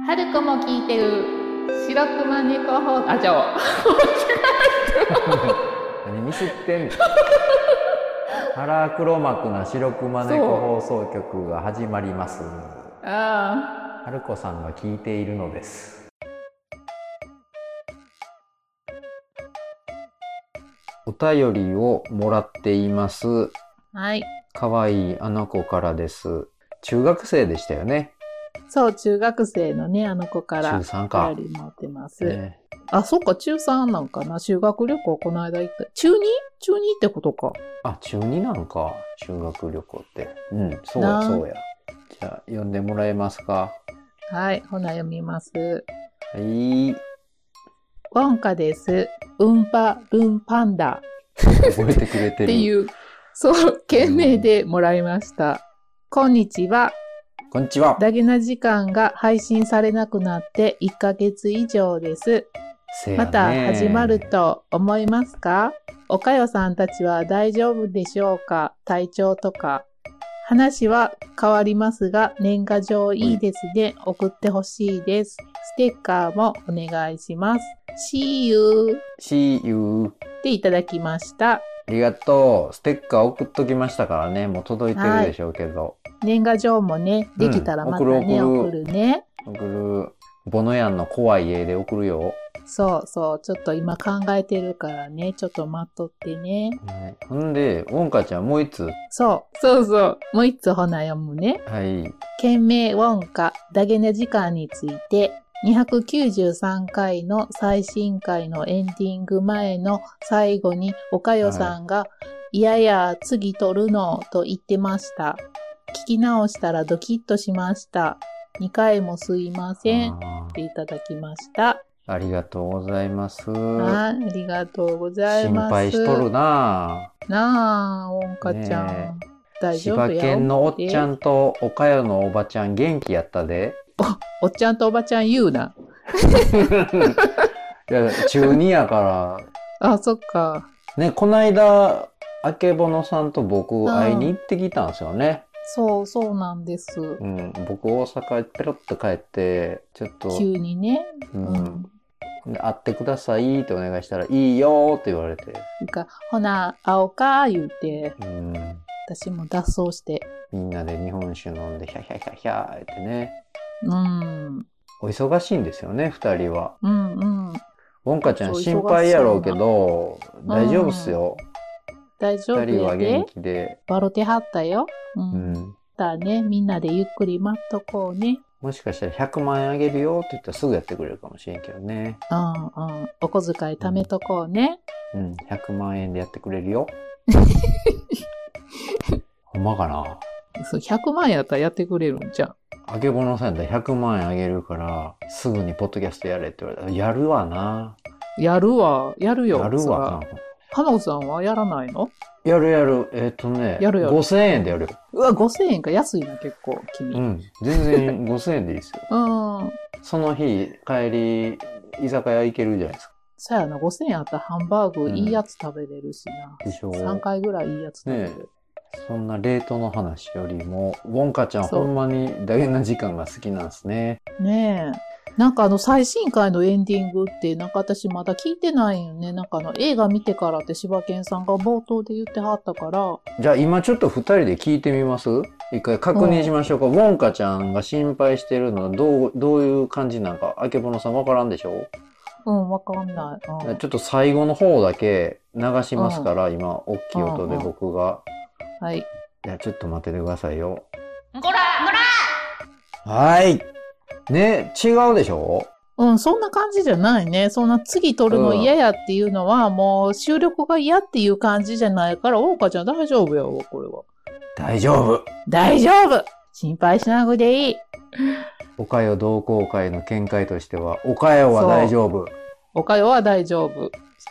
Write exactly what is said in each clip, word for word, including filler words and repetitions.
春子も聞いてる白熊猫放あじゃあ何ミスってんの腹黒幕な白熊猫放送局が始まります。 あ春子さんが聞いているのです。お便りをもらっています。 はい。 かわいいあの子からです。中学生でしたよね。 そう、中学生のね、あの子から中さんか。 お便り持ってます。 ね、 あ、そっか、中さんなんかな。修学旅行この間行った。中 に？ 中 に ってことか。 あ、中になんか、修学旅行って。うん、そうや、そうや。じゃあ、読んでもらえますか。 はい、ほな読みます。 はい。 ウォンカです。うんぱるんパンダ。 覚えてくれてる。 っていう、そう、件名でもらいました。こんにちは。 こんにちは。 ダゲな時間が配信されなくなっていっかげつ以上です。また始まると思いますか？おかよさんたちは大丈夫でしょうか？体調とか。話は変わりますが、年賀状いいですね。送ってほしいです。ステッカーもお願いします。See you! See you! っていただきました。 ありがとう。ステッカー送っときましたからね。もう届いてるでしょうけど。 年賀状もね、できたらまたね、うん、送るね。 送る。ボノヤンの怖い絵で送るよ。 そうそう。ちょっと今考えてるからね。ちょっと待っとってね。 はい、ほんで、ウォンカちゃんもう一つ。 そう。そうそう。もう一つほな読むね。 はい。 件名ウォンカ、ダゲネ時間について、にひゃくきゅうじゅうさんかいの最新回のエンディング前の最後に、おかよさんが、はい、いやいや、次撮るの、と言ってました。聞き直したらドキッとしました。にかいもすいません。っていただきました。 ありがとうございます。 あ、ありがとうございます。 心配しとるなぁ。なあ、ウォンカちゃん。ね、大丈夫や。 柴犬のおっちゃんとおかよのおばちゃん元気やったで。 お、おっちゃんとおばちゃん言うな。 いや、中にやから。 あ、そっか。 ね、こないだ、あけぼのさんと僕会いに行ってきたんですよね。 そう、そうなんです。 うん、僕大阪ペロッと帰って、ちょっと。 急にね。 うん。うん、で会ってくださいってお願いしたら、いいよって言われて。 なんか、ほな、会おうか言うて。 うん。 私も脱走して。 みんなで日本酒飲んで、ヒャヒャヒャヒャーってね。 うん。 お忙しいんですよね、二人は。 うんうん。 ウォンカちゃん心配やろうけど、大丈夫っすよ。 大丈夫やで。 二人は元気で。 バロテはったよ。うん。 うん、 だね、みんなでゆっくり待っとこうね。 もしかしたらひゃくまんえんあげるよって言ったらすぐやってくれるかもしれんけどね。 うんうん。お小遣い貯めとこうね。 うん、うん、ひゃくまんえんでやってくれるよ。ほんまかな。 そう、ひゃくまんえんやったらやってくれるんじゃん。 あけぼのさんやったらひゃくまんえんあげるから、すぐにポッドキャストやれって言われたら、やるわな。 やるわ。やるよ。 やるわな。 花子さんはやらないの？ やるやる。えっとね、 やるやる。 ごせんえんでやるよ。 うわ、ごせんえんか。安いな、結構、君。 うん。全然ごせんえんでいいですよ。 うん。 その日、帰り、居酒屋行けるじゃないですか。 そうやな、ごせんえんあったらハンバーグいいやつ食べれるしな。 でしょう。 さんかいぐらいいいやつ食べれる。 ねえ、そんなレートの話よりも、ウォンカちゃんほんまに大変な時間が好きなんですね。 ねえ。なんかあの最新回のエンディングってなんか私まだ聞いてないよね。なんかあの映画見てからって柴犬さんが冒頭で言ってはったから。じゃあ今ちょっと二人で聞いてみます？一回確認しましょうか。うん、ウォンカちゃんが心配してるのはどう、どういう感じなんか、あけぼのさんわからんでしょ？ うん、わかんない、 うん。ちょっと最後の方だけ流しますから、うん、今、大きい音で僕が。 うん、はい。 いや、ちょっと待っててくださいよ。 こらこらはい。ね、違うでしょ？ うん、そんな感じじゃないね。そんな次撮るの嫌やっていうのは、うん、もう収録が嫌っていう感じじゃないから、大岡ちゃん大丈夫やわ、これは。 大丈夫。 大丈夫。心配しなくていい。 おかよ同好会の見解としては、おかよは大丈夫。 おかよは大丈夫。はい、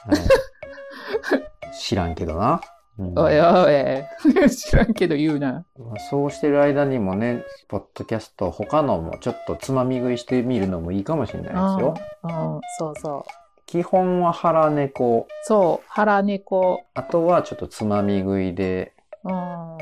知らんけどな。 うん、おいおい。知らんけど言うな。 そうしてる間にもね、ポッドキャスト他のもちょっとつまみ食いしてみるのもいいかもしれないですよ。 うん、うん、そうそう。 基本は腹猫。 そう、腹猫。 あとはちょっとつまみ食いで。 うん。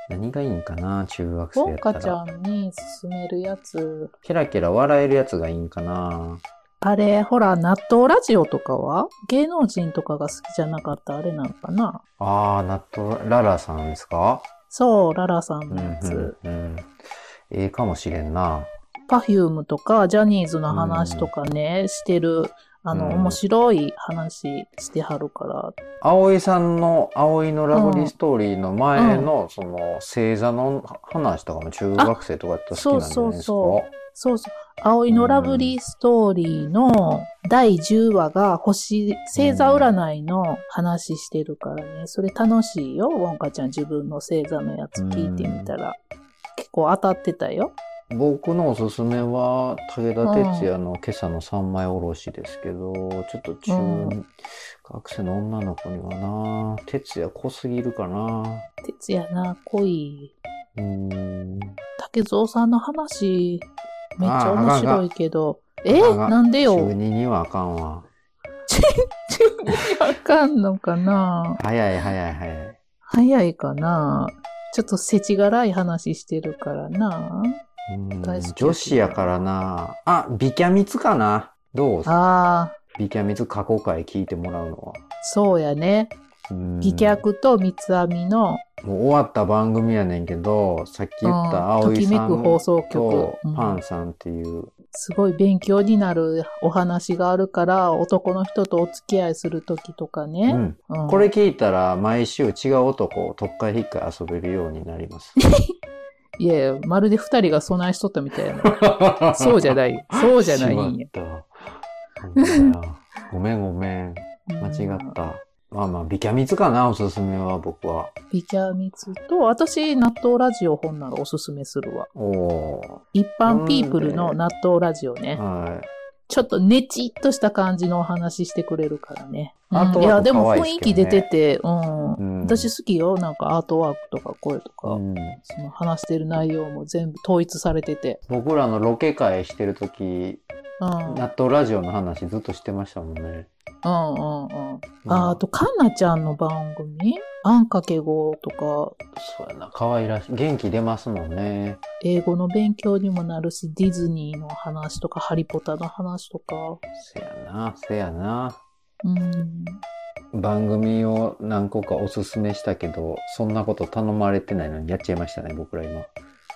何がいいんかな、中学生やウォンったら。 カちゃんに勧めるやつ。 ケラケラ笑えるやつがいいんかな。 あれ、ほら、納豆ラジオとかは芸能人とかが好きじゃなかったあれなのかな。 あー、納豆ララさんですか？ そう、ララさんうんのやつ。 うんうん。ええかもしれんな。 パフュームとか、ジャニーズの話とかね、してる、あの、 うん面白い話してはるから。 葵さんの、葵のラブリーストーリーの前の、 うん、 その、星座の話とかも中学生とかやったら好きなんじゃないですか？ そうそうそうそう。葵のラブリーストーリーのだいじゅうわが星、星座占いの話してるからね。それ楽しいよ。ウォンカちゃん自分の星座のやつ聞いてみたら。結構当たってたよ。 僕のおすすめは、武田鉄矢の今朝の三枚おろしですけど、ちょっと中学生の女の子にはな、鉄矢濃すぎるかな。 鉄矢な、濃い。 うーん。 竹蔵さんの話、めっちゃ面白いけど。えあかんがなんでよ。 中二にはあかんわ。 中二にあかんのかな。 早い早い早い。 早いかな。ちょっと世知辛い話してるからな。 うん大好き女子やからな。あ、ビキャミツかな。どうああ、 ビキャミツ過去回聞いてもらうのは。 そうやね。 うん美脚と三つ編みの、 もう終わった番組やねんけど、さっき言ったうん葵さんときめく放送局とうんパンさんっていう、 すごい勉強になるお話があるから、男の人とお付き合いするときとかね。 うんうんこれ聞いたら毎週違う男を特会引っかい遊べるようになります。 いやいや、まるで二人が備えしとったみたいな。そうじゃない。そうじゃないんや。 しまったほんまやごめんごめん。間違っうんた。まあまあ、ビキャミツかな、おすすめは僕は。 ビキャミツと、私、納豆ラジオ本ならおすすめするわ。 おー。 一般ピープルの納豆ラジオね。 はい。 ちょっとネチっとした感じのお話してくれるからね。うんアートワークいや、でも可愛いっすけどね雰囲気出てて、うん。 うん私好きよ。なんかアートワークとか声とか、 うんその話してる内容も全部統一されてて。 僕らのロケ会してるとき、 うん。 納豆ラジオの話ずっとしてましたもんね。 うんうんうん。あ、あと、かんなちゃんの番組あんかけ語とか、 そうやな、可愛らしい。元気出ますもんね。 英語の勉強にもなるし、ディズニーの話とか、ハリポタの話とか。 せやな、せやな。 うん。 番組を何個かおすすめしたけど、そんなこと頼まれてないのにやっちゃいましたね、僕ら今。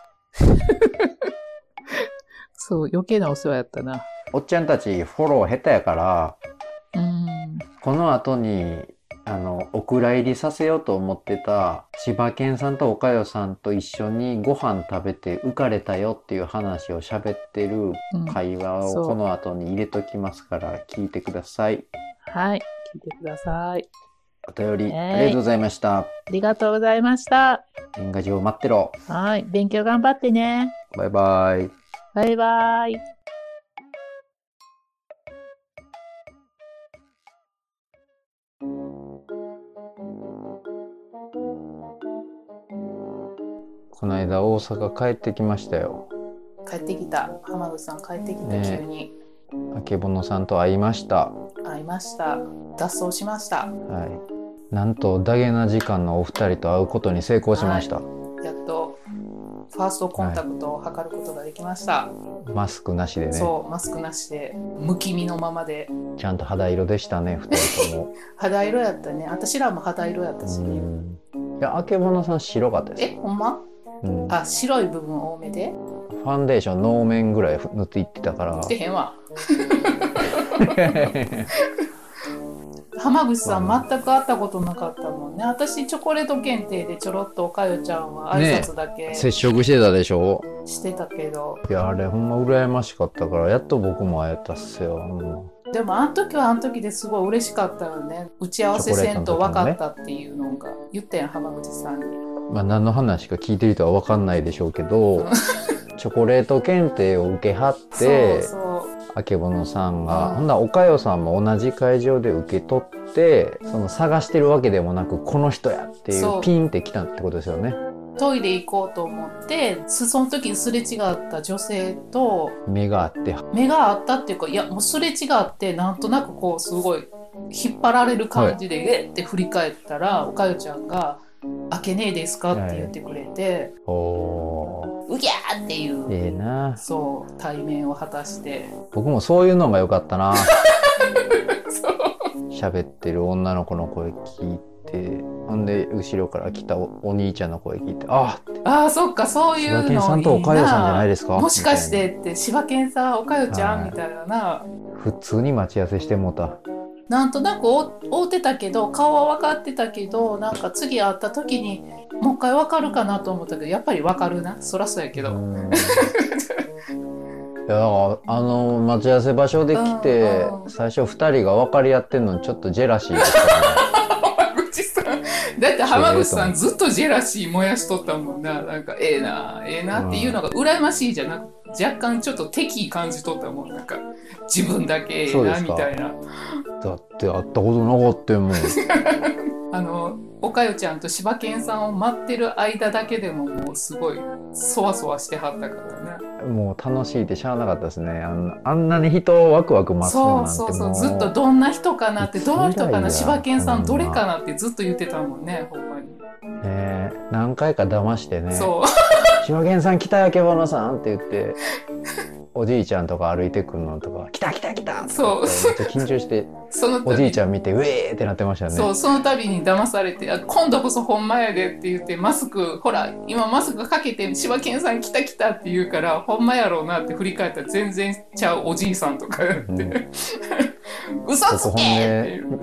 そう、余計なお世話やったな。 おっちゃんたちフォロー下手やから、 うん。 この後に、あの、お蔵入りさせようと思ってた、千葉県さんとおかよさんと一緒にご飯食べて浮かれたよっていう話を喋ってる会話そうをこの後に入れときますから聞いてください。 はい。聞いてください。 お便り、 えーありがとうございました。 ありがとうございました。 年賀状待ってろ。 はい。勉強頑張ってね。 バイバイ。 バイバイ。 この間大阪帰ってきましたよ。 帰ってきた。浜口さん帰ってきた、 ね急に。 あけぼのさんと会いました。 会いました。脱走しました。 はい。なんとダゲな時間のお二人と会うことに成功しました。 やっと、ファーストコンタクトを測ることができました。 マスクなしでね。 そう、マスクなしで、むきみのままで。 ちゃんと肌色でしたね、二人とも。 肌色やったね。私らも肌色やったし。 うんいや、あけぼのさん白かったですえ、ほんまうん、 あ、白い部分多めでファンデーションノーメンぐらい塗っていってたからつけへんわ。浜口さん、 まあ全く会ったことなかったもんね。私チョコレート検定でちょろっとおかよちゃんは挨拶だけ接触してたでしょ。 してたけど、 いやあれほんま羨ましかったからやっと僕も会えたっすよ、うん、 でもあの時はあの時ですごい嬉しかったよね。打ち合わせせんと分かったっていうのが言ったやん、浜口さんに。 まあ何の話か聞いてる人は分かんないでしょうけどチョコレート検定を受けはってそうそうあけぼのさんが、 うんほんならおかよさんも同じ会場で受け取ってその探してるわけでもなくこの人やっていそううピンってきたってことですよね。 トイレ行こうと思ってその時にすれ違った女性と目があって目が合ったっていうか、いやもうすれ違ってなんとなくこうすごい引っ張られる感じで、えって振り返ったらおかよちゃんが開けねえですかって言ってくれて、 はい、おうぎゃーっていう、 ええな、 そう対面を果たして。 僕もそういうのが良かったな。 そう喋ってる女の子の声聞いて、ほんで後ろから来た お, お兄ちゃんの声聞いて、ああーそっか、そういうのいいな。 柴犬さんとおかよさんじゃないですか、 もしかしてって柴犬さんおかよちゃん、はい、みたいなな。 普通に待ち合わせしてもうた。 なんとなく会ってたけど、顔は分かってたけど、なんか次会った時にもう一回分かるかなと思ったけど、やっぱり分かるな。そらそうやけど。 いや、あの待ち合わせ場所で来て、うんうん、最初ふたりが分かり合ってんのにちょっとジェラシーだったね。 浜口さんだって浜口さんずっとジェラシー燃やしとったもんな。なんかええなええなっていうのが羨ましいじゃなくて、若干ちょっと敵意感じとったもん。なんか自分だけええなみたいな。 だって会ったことなかったよもん。 あのおかよちゃんと柴犬さんを待ってる間だけでももうすごいそわそわしてはったからね。 もう楽しいってしゃあなかったですね。あん、あんなに人をワクワク待つのなんて。 そうそうそう、ずっとどんな人かなって、どの人かな、柴犬さんどれかなってずっと言ってたもんね、ほんまに。 ね、何回か騙してね。 そう。 柴犬さん来たよ、けぼのさんって言って。おじいちゃんとか歩いてくるのとか、来た来た来たってそう。 めっちゃ緊張して、そのおじいちゃん見て、ウェーってなってましたね。 そう、その度に騙されて、あ、今度こそほんまやでって言って、マスク、ほら、今マスクかけて、柴犬さん来た来たって言うから、ほんまやろうなって振り返ったら全然ちゃうおじいさんとかやって。うん、嘘つけって言って。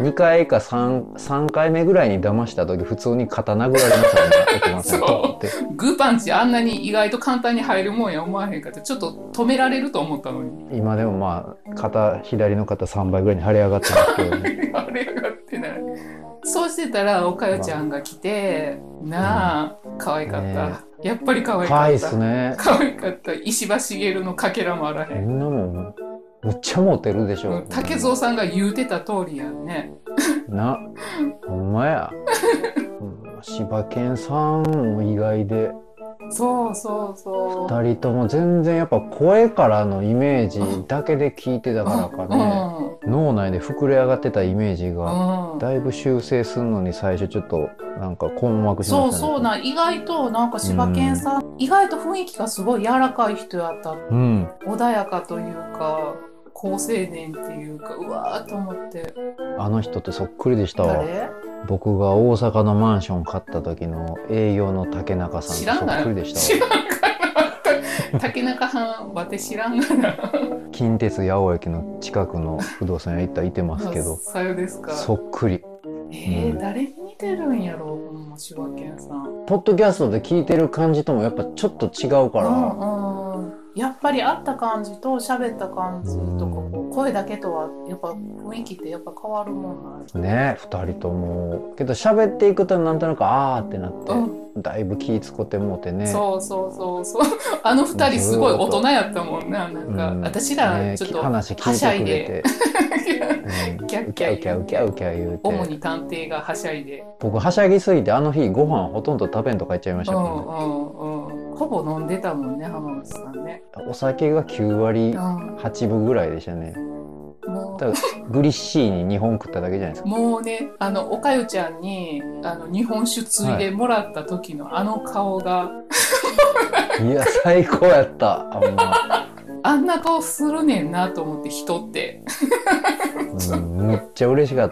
にかいか 3, さんかいめぐらいに騙した時、普通に肩殴られましたね。 そう。グーパンチあんなに意外と簡単に入るもんや思わへんかった。ちょっと止められると思ったのに。 今でもまあ、肩、左の肩さんばいぐらいに腫れ上がってますけどね。 腫れ上がってない。そうしてたら、おかよちゃんが来て、まあ、なあ、可愛かった。ね、やっぱり可愛かった。 可愛いっすね。 可愛かった。石破茂のかけらもあらへん。 みんなもむっちゃモテるでしょ。うん、 竹蔵さんが言うてた通りやんね。 な、ほんまや。柴犬さんも意外で。 そうそうそう。 ふたりとも全然やっぱ声からのイメージだけで聞いてたからかね、うん、脳内で膨れ上がってたイメージがだいぶ修正するのに最初ちょっとなんか困惑しましたね。 そうそうな、意外となんか柴犬さん、うん、意外と雰囲気がすごい柔らかい人やった、うん、穏やかというか好青年っていうか、うわーと思って。 あの人ってそっくりでしたわ。 誰？ 僕が大阪のマンション買った時の営業の竹中さんとそっくりでしたわ。 知らんかな。竹中さん、わて知らんがな。 近鉄八尾駅の近くの不動産屋行ったらいてますけど。 さよですか。 そっくり。 えー、うん、誰に似てるんやろう、ほんま柴犬さん。 ポッドキャストで聞いてる感じともやっぱちょっと違うから。 うんうん、やっぱり会った感じと喋った感じとか、こう声だけとはやっぱ雰囲気ってやっぱ変わるもんなんですね。ふたりともけど喋っていくとなんとなくあーってなって、うん、だいぶ気使ってもうてね。 そうそうそうそう。あのふたりすごい大人やったもんね。なんか、うん、私らちょっとはしゃいで、うん、キャッキャウキャウキャウキャ言うて、 主に探偵がはしゃいで、 僕はしゃぎすぎてあの日ご飯ほとんど食べんと帰っちゃいましたからね。 うんうんうん、ほぼ飲んでたもんね、浜口さんね。 お酒がきゅうわりはちぶぐらいでしたね。もうだからグリッシーににほん食っただけじゃないですか。 もうね、あのおかゆちゃんにあの日本酒ついでもらった時のあの顔が、はい、いや最高やった。あんまあんな顔するねんなと思って、人って、 うん、めっちゃ嬉しかった。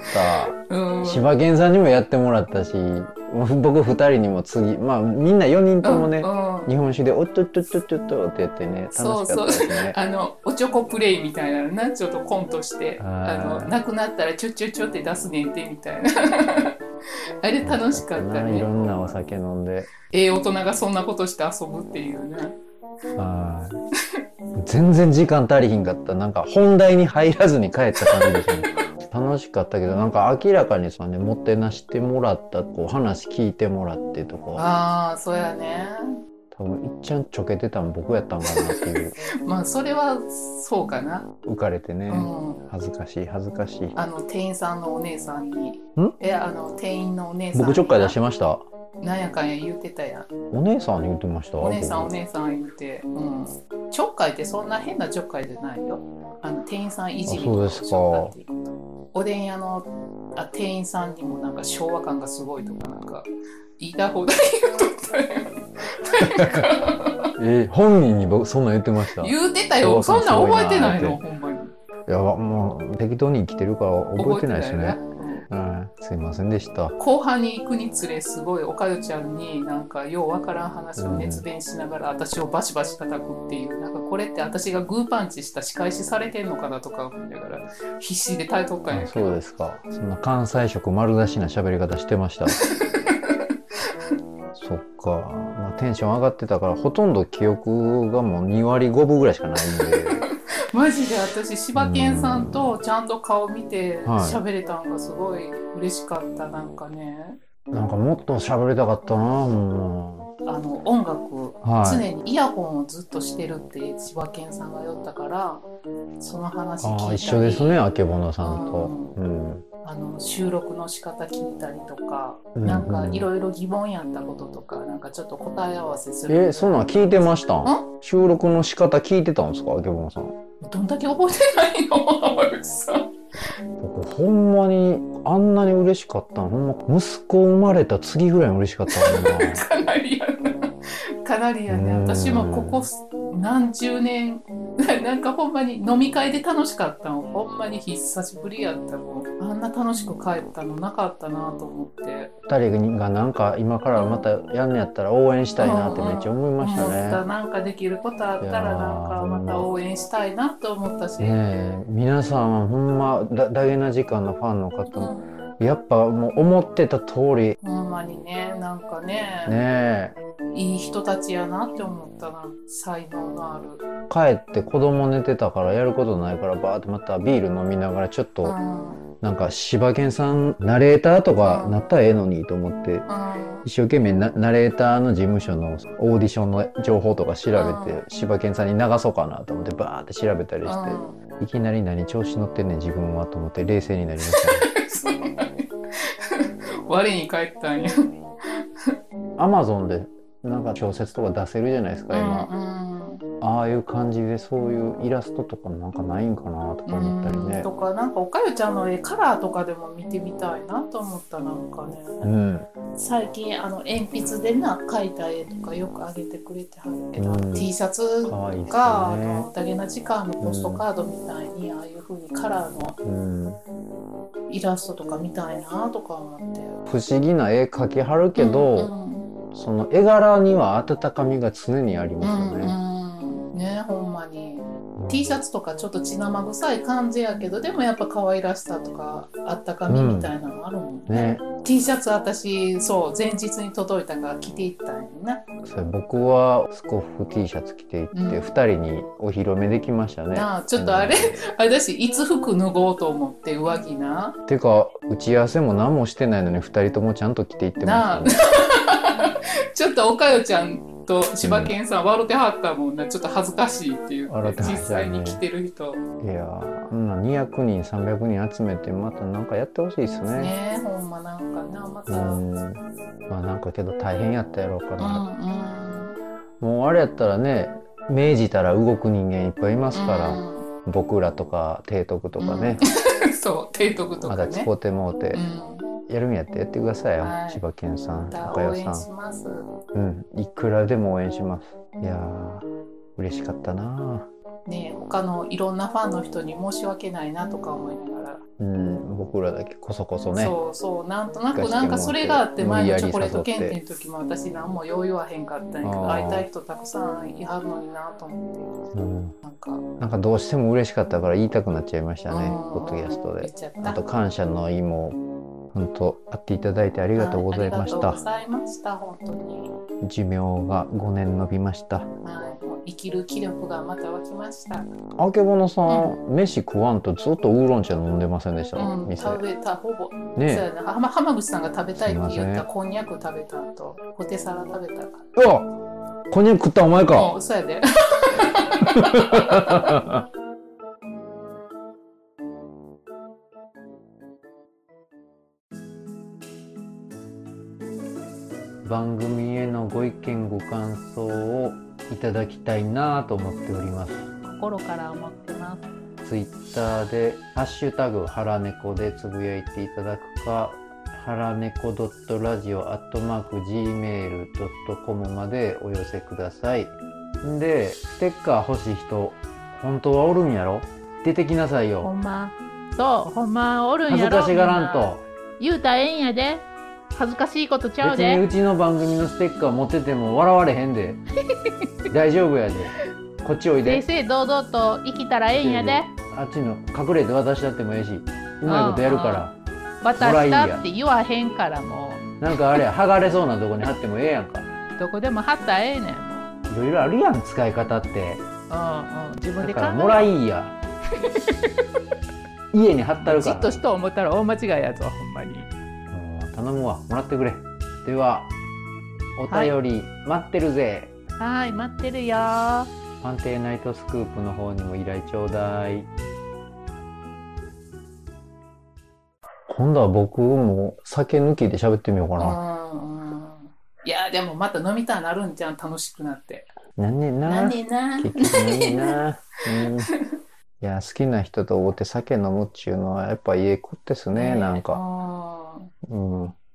うん、柴犬さんにもやってもらったし、僕ふたりにも次、まあみんなよにんともね、うんうん、日本酒でおっとっとっとっとっとってやってね、楽しかったですね。そうそう、 あのおちょこプレイみたいなのな、ちょっとコントして、あのなくなったらちょちょちょって出すねんてみたいな。あれ楽しかったね。 いろんなお酒飲んで、 ええ大人がそんなことして遊ぶっていうね。 はい。全然時間足りひんかった。なんか本題に入らずに帰った感じでしたね。楽しかったけど、なんか明らかにさね、もてなしてもらった、こう話聞いてもらってとか。 ああ、そうやね。 多分いっちゃんちょけてたん僕やったんかなっていう。 まあそれはそうかな。 浮かれてね、うん、恥ずかしい恥ずかしい。 あの店員さんのお姉さんに。ん？え、あの店員のお姉さんに。 僕ちょっかい出しました。 なんやかんや言うてたやん。 お姉さんに言ってました。 お姉さんお姉さん言うて、うん。ちょっかいってそんな変なちょっかいじゃないよ。あの店員さんいじりとかちょっかいっていうこと。おでん屋のあ店員さんにもなんか昭和感がすごいとかなんか言いたい放題言うとったよ。 えー、本人に僕そんなん言ってました？ 言うてたよ。そんなん覚えてないのほんまに。 いやもう適当に生きてるから覚えてないですね。うん、すいませんでした。 後半に行くにつれすごいおかよちゃんになんかようわからん話を熱弁しながら私をバシバシ叩くっていう、なんかこれって私がグーパンチした仕返しされてんのかなとか思いながら必死で耐えとったんやけど。 そうですか。そんな関西色丸出しな喋り方してました。そっか、まあ、テンション上がってたからほとんど記憶がもうにわりごぶぐらいしかないんで。 マジで私柴犬さんとちゃんと顔見て喋れたのがすごい嬉しかった。なんかね、 なんかもっと喋りたかったな。もうあの音楽、はい、常にイヤホンをずっとしてるって柴犬さんが言ったからその話聞いたり。あ、 一緒ですね、あけぼのさんと、うん、 あの収録の仕方聞いたりとか、うんうん、なんかいろいろ疑問やったこととかなんかちょっと答え合わせする。 えー、そんなん聞いてました？収録の仕方聞いてたんですか、あけぼのさん。 どんだけ覚えてないの浜口さん。 僕ほんまにあんなに嬉しかったのほんま息子生まれた次ぐらいに嬉しかったのな。 かなりやな。かなりやね。私もここ何十年なんかほんまに飲み会で楽しかったの。ほんまに久しぶりやったの。あんな楽しく帰ったのなかったなと思って。 ふたりがなんか今からまたやんのやったら応援したいなってめっちゃ思いましたね。 思った。なんかできることあったらなんかまた応援したいなと思ったし。 ねえ、皆さんはほんまだダゲな時間のファンの方も、うん、やっぱもう思ってた通り。 ほんまにね、なんかね。 ねえ。 いい人たちやなって思ったな。才能のある。 帰って子供寝てたからやることないからバーってまたビール飲みながらちょっと、うん、なんか柴犬さんナレーターとかなったらええのにと思って、うん、一生懸命ナレーターの事務所のオーディションの情報とか調べて、うん、柴犬さんに流そうかなと思ってバーって調べたりして、うん、いきなり何調子乗ってんねん自分はと思って冷静になりましたね。 我に返ったんや。 アマゾンでなんか小説とか出せるじゃないですか今、うんうん、ああいう感じでそういうイラストとかなんかないんかなとか思ったりね。 とかなんかおかゆちゃんの絵カラーとかでも見てみたいなと思ったなんかね、うん、最近あの鉛筆でな描いた絵とかよくあげてくれてはるけど、うん、T シャツが、ね、あのダゲな時間のポストカードみたいに、うん、ああいう風にカラーのイラストとか見たいなとか思って。 不思議な絵描きはるけど、うんうんその絵柄には温かみが常にありますよね。 うんうん、ねほんまに、うん、T シャツとかちょっと血生臭い感じやけどでもやっぱ可愛らしさとかあったかみみたいなのあるもんね。うん、ね T シャツ私そう前日に届いたから着ていったんよね。 それ僕はスコッフ T シャツ着ていって、うん、ふたりにお披露目できましたね。 あちょっとあれ、うん、私いつ服脱ごうと思って上着な。 てか打ち合わせも何もしてないのにふたりともちゃんと着ていってましたね。 ちょっとおかよちゃんと柴犬さん、うん、笑ってはったもんな。ちょっと恥ずかしいっていう、ね、実際に着てる人。 いやーにひゃくにんさんびゃくにん集めてまたなんかやってほしいですね。 ねほんまなんかなまた。うんまあなんかけど大変やったやろうから、うんうん、もうあれやったらね命じたら動く人間いっぱいいますから、うん、僕らとか提督とかね、 うん、そう提督とかねまだ使うてもうて、うんやるんやってやってくださいよ、はい、柴犬さん、 おかよさん。応援します。 うん、いくらでも応援します。いやー、嬉しかったな。 ねえ、他のいろんなファンの人に申し訳ないなとか思いながら。 うん、僕らだけこそこそね。 そうそう、なんとなくなんかそれがあって前のチョコレート検定の時も私何もよう言わへんかったんやけど、会いたい人たくさんいはるのになと思って、うん、なんかなんかどうしても嬉しかったから言いたくなっちゃいましたね、ポッドキャストで。あと感謝の意も本当会っていただいてありがとうございました。 ありがとうございました本当に。 寿命がごねん延びました。 はい、もう生きる気力がまた湧きました。 あけぼのさん、うん、飯食わんとずっとウーロン茶飲んでませんでした？ うん、 店食べたほぼ。ね。そうやな。浜浜口さんが食べたいって言ったこんにゃく食べた後、ポテサラ食べたから。 うわ、こんにゃく食ったお前か。 うん、そうやで。 番組へのご意見ご感想をいただきたいなと思っております。 心から思ってます。 ツイッターでハッシュタグハラネコでつぶやいていただくか、 はらねこ .radio アットマーク ジーメール ドットコム までお寄せください。んで、ステッカー欲しい人、本当はおるんやろ？出てきなさいよ。 ほんま。そう、ほんまおるんやろ。 恥ずかしがらんと。 言うたらええんやで。恥ずかしいことちゃう別で。 にうちの番組のステッカー持ってても笑われへんで。大丈夫やで。こっちおいで。 正々堂々と生きたらええんやで。 あっちの隠れて渡しちゃってもええし、うまいことやるから。 渡したって言わへんからもう。なんかあれや、剥がれそうなとこに貼ってもええやんか。 どこでも貼ったらええねん。もういろいろあるやん、使い方って。 うんうん、自分で考えだからもらいいや。家に貼ったるから。 じっとしと思ったら大間違いやぞ、ほんまに。 頼むわ、もらってくれ。では、お便り、はい、待ってるぜ。 はい、待ってるよ。 探偵ナイトスクープの方にも依頼ちょうだい。今度は僕も酒抜きで喋ってみようかな。 うん、いやでもまた飲みたいなるんじゃん、楽しくなって。 なんねんな。 なんねんな。 結局いいな。うん、いや好きな人と会って酒飲むっちゅうのはやっぱいい子ですね、なんか。うん。